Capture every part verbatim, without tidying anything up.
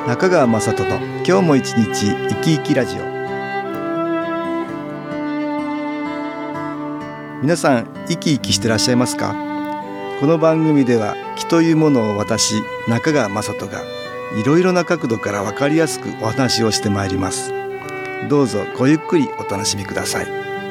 中川雅人の今日も一日生き生きラジオ。皆さん生き生きしてらっしゃいますか？この番組では気というものを私中川雅人がいろいろな角度から分かりやすくお話をしてまいります。どうぞごゆっくりお楽しみください。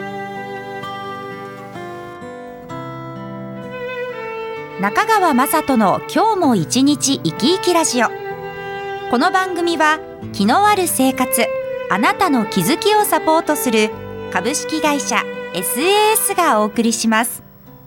中川雅人の今日も一日生き生きラジオ。この番組は気のある生活、あなたの気づきをサポートする株式会社 エスエーエス がお送りします。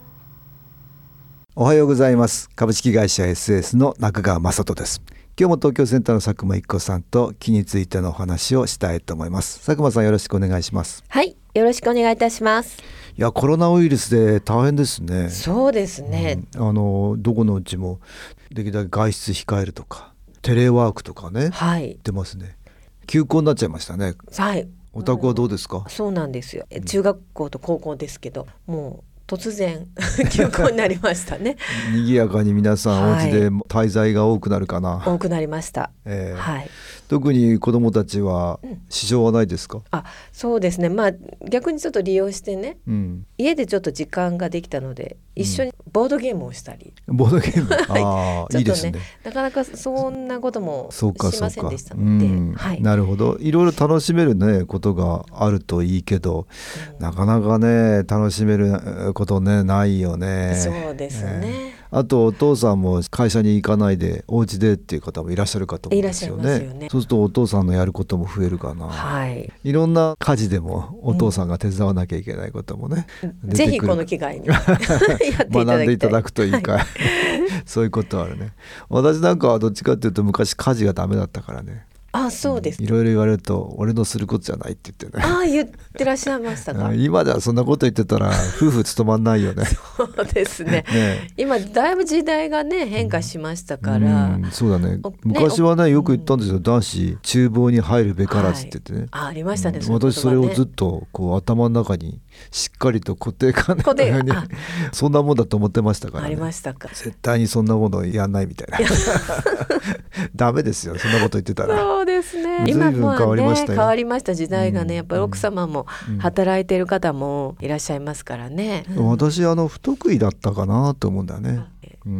おはようございます。株式会社 エスエーエス の中川雅人です。今日も東京センターの佐久間一子さんと気についてのお話をしたいと思います。佐久間さん、よろしくお願いします。 はい、よろしくお願いいたします。 いや、コロナウイルスで大変ですね。 そうですね、 うん、あのどこのうちもできるだけ外出控えるとかテレワークとかね、 はい、 言ってますね。休校になっちゃいましたね。 はい、 お宅はどうですか？ そうなんですよ。中学校と高校ですけど、もう突然休校になりましたね。 賑やかに皆さんお家で滞在が多くなるかな。 多くなりました、 えーはい、 特に子どもたちは支障はないですか？ うん、あ、そうですね。まあ逆にちょっと利用してね、うん、家でちょっと時間ができたので一緒にボードゲームをしたり、 うん、ボードゲームあ、 あ、いいですね。 なかなかそんなこともしませんでしたので、 うん、はい、なるほど。いろいろ楽しめる、ね、ことがあるといいけど、うん、なかなかね楽しめることねないよね。 そうですね、 えーあとお父さんも会社に行かないでお家でっていう方もいらっしゃるかと思うんですよね。 いらっしゃいますよね。 そうするとお父さんのやることも増えるかな、はい、いろんな家事でもお父さんが手伝わなきゃいけないこともね、 うん、ぜひこの機会にやっていただきたい。 学んでいただくといいか、はい、そういうことあるね。私なんかはどっちかっていうと昔家事がダメだったからね。 あ、そうです、 うん、いろいろ言われると俺のすることじゃないって言ってね。 ああ、言ってらっしゃいましたか？ 今ではそんなこと言ってたら夫婦務まんないよね。 そうです ね, ね今だいぶ時代がね変化しましたから、 うん、そうだね。昔はねよく言ったんですよ、うん、男子厨房に入るべからずって言ってね、はい、 あ, ありましたね、 うん、私それをずっとこう頭の中にしっかりと固定観念のようにそんなもんだと思ってましたからね。 ありましたか。 絶対にそんなものやんないみたいなダメですよ、そんなこと言ってたら。 そうですね、 随分変わりましたよ。 変わりました時代がね、やっぱり奥様も働いている方もいらっしゃいますからね、 うん、私あの不得意だったかなと思うんだよね、うん、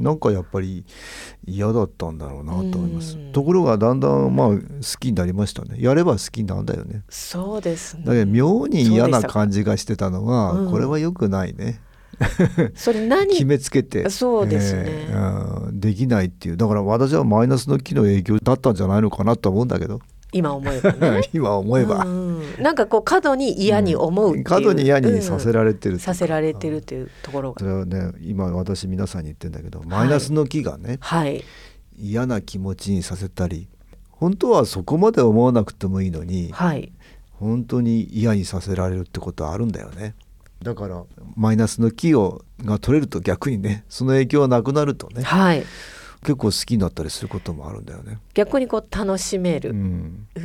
なんかやっぱり嫌だったんだろうなと思います。ところがだんだんまあ好きになりましたね。やれば好きなんだよね。 そうですね。 だけど妙に嫌な感じがしてたのは、うん、これは良くないね。 それ何決めつけて、 そうですね、 えーうん、できないっていう。だから私はマイナスの気の影響だったんじゃないのかなと思うんだけど、 今思えばね今思えば、 うん、なんかこう過度に嫌に思うっていう、うん、 過度に嫌にさせられてる、 うん、させられてるっていうところが、 それはね今私皆さんに言ってるんだけど、マイナスの気がね、 はい、 嫌な気持ちにさせたり、本当はそこまで思わなくてもいいのに、はい、本当に嫌にさせられるってことはあるんだよね。だからマイナスの気をが取れると逆にね、その影響がなくなるとね、はい、結構好きになったりすることもあるんだよね。 逆にこう楽しめる、 うんうん、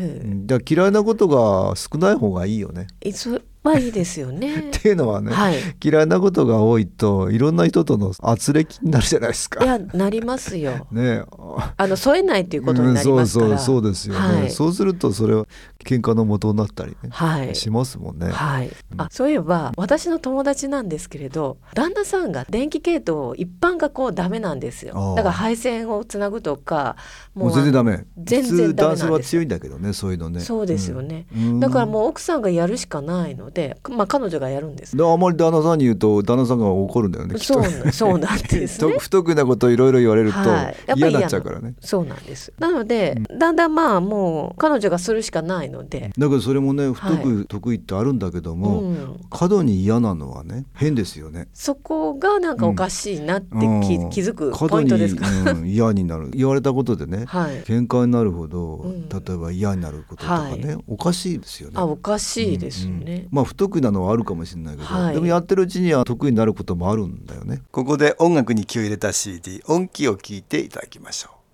だから嫌いなことが少ない方がいいよね。 そはいいですよねっていうのはね、はい、嫌いなことが多いといろんな人との圧力になるじゃないですか。 いや、なりますよ、ね、 あの添えないっていうことになりますから、 うん、そうそうそうですよね、はい、そうするとそれは喧嘩の元になったり、ね、 はい、 しますもんね、 はい、うん、あ、そういえば私の友達なんですけれど、旦那さんが電気系統一般がこうダメなんですよ。だから配線をつなぐとかもう全然ダメ。 全然ダメなんです。 普通男性は強いんだけどね、そういうのね。 そうですよね、うん、だからもう奥さんがやるしかないので、まあ、彼女がやるんです。 であまり旦那さんに言うと旦那さんが怒るんだよね。 そうな、そうなんですね不得意なことをいろいろ言われると、はい、嫌になっちゃうからね。 そうなんです。なので、うん、だんだんまあもう彼女がするしかないので、 だけどそれもね不得意、はい、得意ってあるんだけども、うん、過度に嫌なのはね変ですよね。 そこがなんかおかしいなって気、うん、気づくポイントですか。 過度に、うん、嫌になる言われたことでね、はい、喧嘩になるほど、うん、例えば嫌になることとかね、はい、おかしいですよね。 あ、おかしいですよね、うんうん、 まあ不得意なのはあるかもしれないけど、はい、でもやってるうちには得意になることもあるんだよね。ここで音楽に気を入れた シーディー 音気を聞いていただきましょう。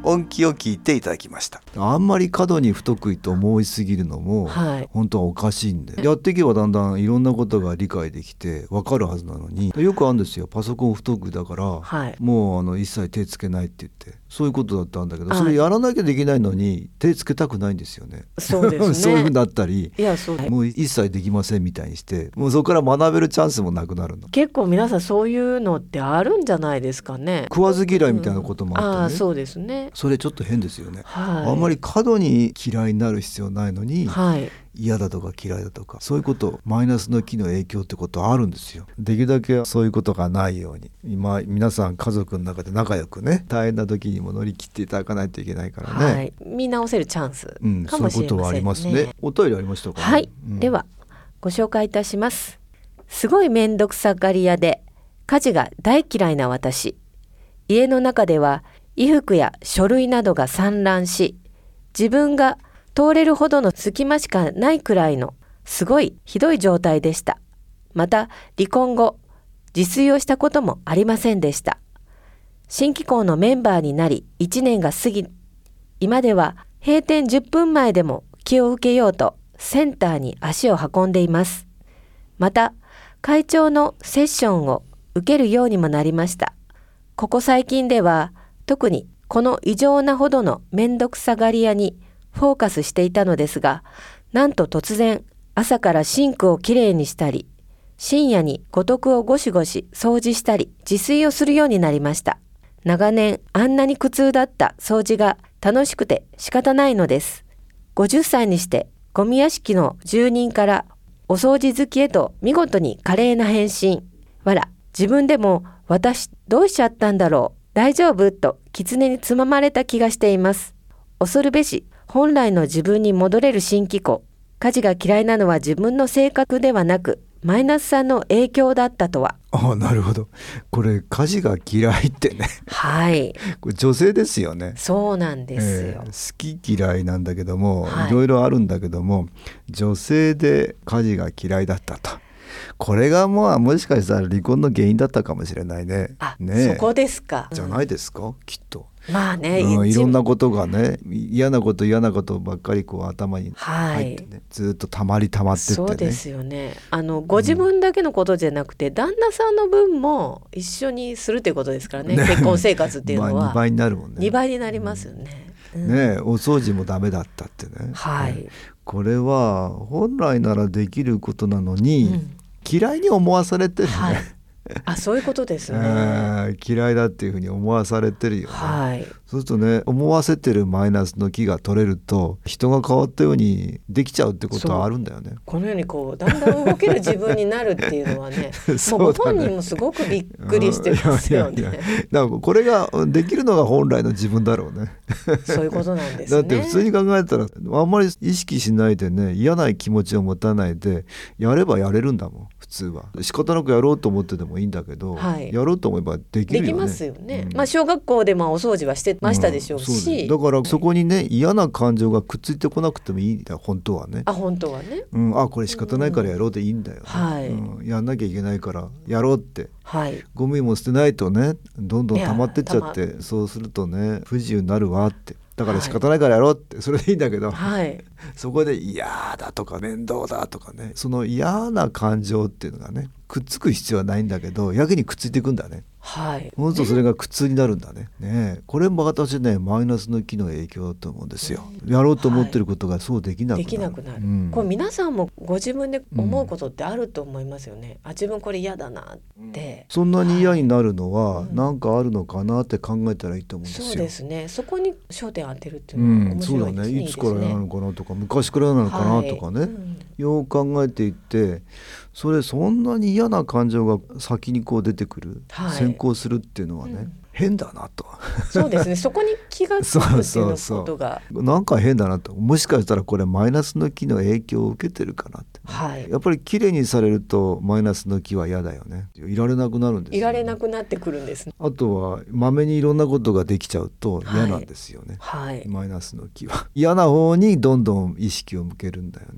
音気を聞いていただきました。あんまり過度に不得意と思いすぎるのも、はい、本当はおかしいんで、やっていけばだんだんいろんなことが理解できて分かるはずなのに、よくあるんですよ。パソコン不得意だから、はい、もうあの一切手つけないって言って、そういうことだったんだけど、それやらなきゃできないのに手つけたくないんですよね。 そうですねそういうふうになったり、 いやそうもう一切できませんみたいにして、もうそこから学べるチャンスもなくなるの。 結構皆さんそういうのってあるんじゃないですかね。 食わず嫌いみたいなこともあってね、うん、 あそうですね。 それちょっと変ですよね、 はい、 あんまり過度に嫌いになる必要ないのに、 はい、 嫌だとか嫌いだとか、そういうことマイナスの気の影響ってことはあるんですよ。できるだけそういうことがないように、今皆さん家族の中で仲良くね、大変な時にも乗り切っていただかないといけないからね、はい、 見直せるチャンスかもしれませんね、うん、 そういうことはありますね。お便りありましたか、ね、 はい、 うん、 ではご紹介いたします。すごいめんどくさがり屋で家事が大嫌いな私。家の中では衣服や書類などが散乱し、自分が通れるほどの隙間しかないくらいのすごいひどい状態でした。また離婚後、自炊をしたこともありませんでした。新機構のメンバーになりいちねんが過ぎ、今では閉店じゅっぷんまえでも気を受けようとセンターに足を運んでいます。また会長のセッションを受けるようにもなりました。ここ最近では特にこの異常なほどのめんどくさがり屋にフォーカスしていたのですが、なんと突然朝からシンクをきれいにしたり、深夜に五徳をゴシゴシ掃除したり自炊をするようになりました。長年あんなに苦痛だった掃除が楽しくて仕方ないのです。ごじゅっさいにしてゴミ屋敷の住人からお掃除好きへと見事に華麗な変身。わら、自分でも私どうしちゃったんだろう、大丈夫と狐につままれた気がしています。恐るべし本来の自分に戻れる新機構。家事が嫌いなのは自分の性格ではなくマイナスさんの影響だったとは。 ああ、なるほど。これ家事が嫌いってねはいこれ女性ですよね。 そうなんですよ、 えー、好き嫌いなんだけども、はい、いろいろあるんだけども、女性で家事が嫌いだったと、これがもうもしかしたら離婚の原因だったかもしれないね。 あ、 ね、 そこですか。 じゃないですか、うん、きっと。 まあね、 うん、いろんなことがね、嫌なこと嫌なことばっかりこう頭に入ってね、はい、ずっとたまりたまってってね。 そうですよね。あのご自分だけのことじゃなくて、うん、旦那さんの分も一緒にするってことですからね、ね、結婚生活っていうのは、まあ、 にばいになるもんね。 にばいになりますよね、うん、 ね、お掃除もダメだったってね、 はい、 ね、これは本来ならできることなのに、うん、嫌いに思わされてるね、はい、 あ、そういうことですね、えー、嫌いだっていうふうに思わされてるよね、 はい、 そうするとね、思わせてるマイナスの気が取れると人が変わったようにできちゃうってことはあるんだよね。 このようにこうだんだん動ける自分になるっていうのはねもうご本人もすごくびっくりしてますよね。いやいやいや、 だからこれができるのが本来の自分だろうねそういうことなんですね。 だって普通に考えたらあんまり意識しないでね、嫌な気持ちを持たないでやればやれるんだもん。普通は仕方なくやろうと思ってでもいいんだけど、はい、やろうと思えばできるよね。 できますよね、うん、まあ、小学校でまあお掃除はしてましたでしょうし、 うん、だからそこにね、嫌な感情がくっついてこなくてもいいんだよ本当はね。 あ、本当はね、 うん、あ、これ仕方ないからやろうでいいんだよね、 うん、はい、 うん、やんなきゃいけないからやろうって、 はい、 ゴミも捨てないとね、どんどん溜まってっちゃって、そうするとね不自由になるわって、だから仕方ないからやろうって、はい、それでいいんだけど、はい、そこで嫌だとか面倒だとかね、その嫌な感情っていうのがねくっつく必要はないんだけど、やけにくっついていくんだね。 はい、 そうするとそれが苦痛になるんだね。ね、これも私ねマイナスの気の影響だと思うんですよ。やろうと思ってることがそうできなくなる、 できなくなる、うん、これ皆さんもご自分で思うことってあると思いますよね、うん、あ、自分これ嫌だなって、 そんなに嫌になるのは何かあるのかなって考えたらいいと思うんですよ、 そうですね、そこに焦点を当てるっていうのは面白いですね、うん、そうだね、 いつから嫌なのかなとか昔から嫌なのかなとかね、はい、うん、よく考えていって、それそんなに嫌な感情が先にこう出てくる、はい、先行するっていうのはね、うん、変だなと。 そうですね、そこに気がつくっていうことがなんか変だなと、もしかしたらこれマイナスの気の影響を受けてるかなって、はい、やっぱりきれいにされるとマイナスの気は嫌だよね。いられなくなるんですよ、ね、 いられなくなってくるんです、ね、 あとはまめにいろんなことができちゃうと嫌なんですよね、 はいはい、 マイナスの気は嫌な方にどんどん意識を向けるんだよね。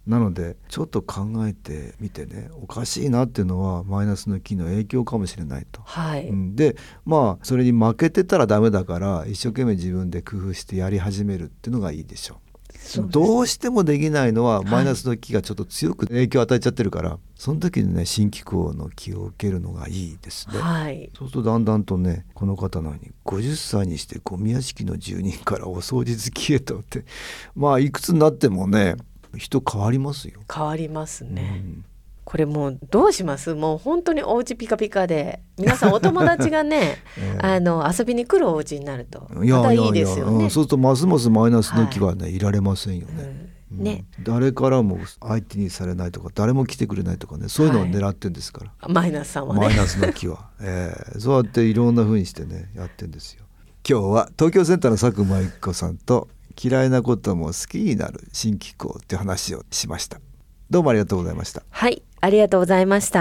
なのでちょっと考えてみてね、おかしいなっていうのはマイナスの気の影響かもしれないと、 はいうん、でまあそれに負けてたらダメだから一生懸命自分で工夫してやり始めるっていうのがいいでしょう。どうしてもできないのはマイナスの気がちょっと強く影響を与えちゃってるから、はい、その時にね新機構の気を受けるのがいいですね、はい、そうするとだんだんとね、この方のようにごじゅっさいにしてゴミ屋敷の住人からお掃除好きへとって、まあいくつになってもね人変わりますよ。 変わりますね、うん、これもうどうします？もう本当にお家ピカピカで皆さんお友達がね、えー、あの遊びに来るお家になるとまたいいですよね。いやいやいや、うん、 そうするとますますマイナスの気はね、はい、いられませんよね、うん、ね、誰からも相手にされないとか誰も来てくれないとかね、そういうのを狙ってるんですから、 はい、マイナスさんはね、 マイナスの気は、えー、そうやっていろんな風にしてねやってるんですよ。今日は東京センターの佐久間由紀子さんと嫌いなことも好きになる新機構って話をしました。どうもありがとうございました。 はい、ありがとうございました。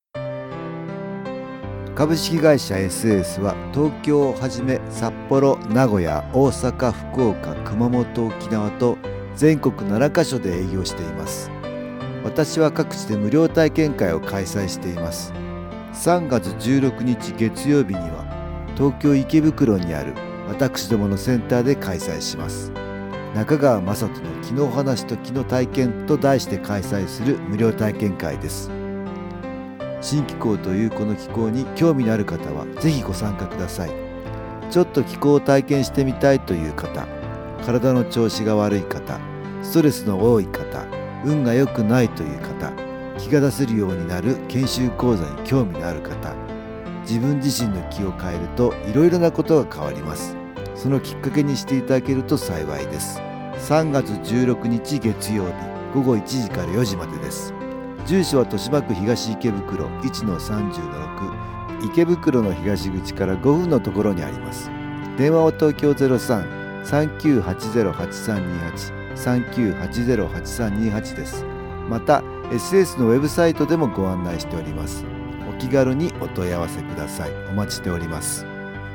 株式会社 エスエス は東京をはじめ札幌、名古屋、大阪、福岡、熊本、沖縄と全国ななカ所で営業しています。私は各地で無料体験会を開催しています。さんがつじゅうろくにち月曜日には東京池袋にある私どものセンターで開催します。中川雅人の気の話と気の体験と題して開催する無料体験会です。新気候というこの気候に興味のある方はぜひご参加ください。ちょっと気候を体験してみたいという方、体の調子が悪い方、ストレスの多い方、運が良くないという方、気が出せるようになる研修講座に興味のある方、自分自身の気を変えるといろいろなことが変わります。そのきっかけにしていただけると幸いです。さんがつじゅうろくにち月曜日ごごいちじからよじまでです。住所は豊島区東池袋 いちのさんじゅうのろく、池袋の東口からごふんのところにあります。電話は東京 ゼロさん さんきゅうはちゼロ はちさんにはち さんきゅうはちゼロ はちさんにはち です。また エスエス のウェブサイトでもご案内しております。お気軽にお問い合わせください。お待ちしております。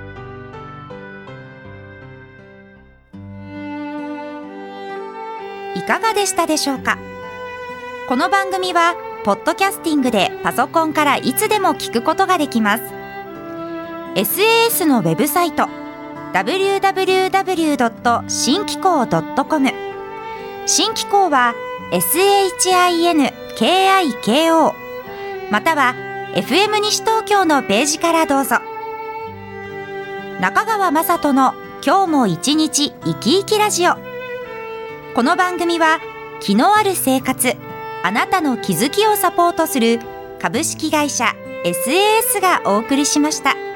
いかがでしたでしょうか。この番組はポッドキャスティングでパソコンからいつでも聞くことができます。 エスエーエス のウェブサイト ダブリューダブリューダブリュードットシンキコードットコム、 新気候は エスエイチアイエヌケーアイケーオー または エフエム 西東京のページからどうぞ。中川雅人の今日も一日生き生きラジオ。この番組は気のある生活、あなたの気づきをサポートする株式会社 エスエーエス がお送りしました。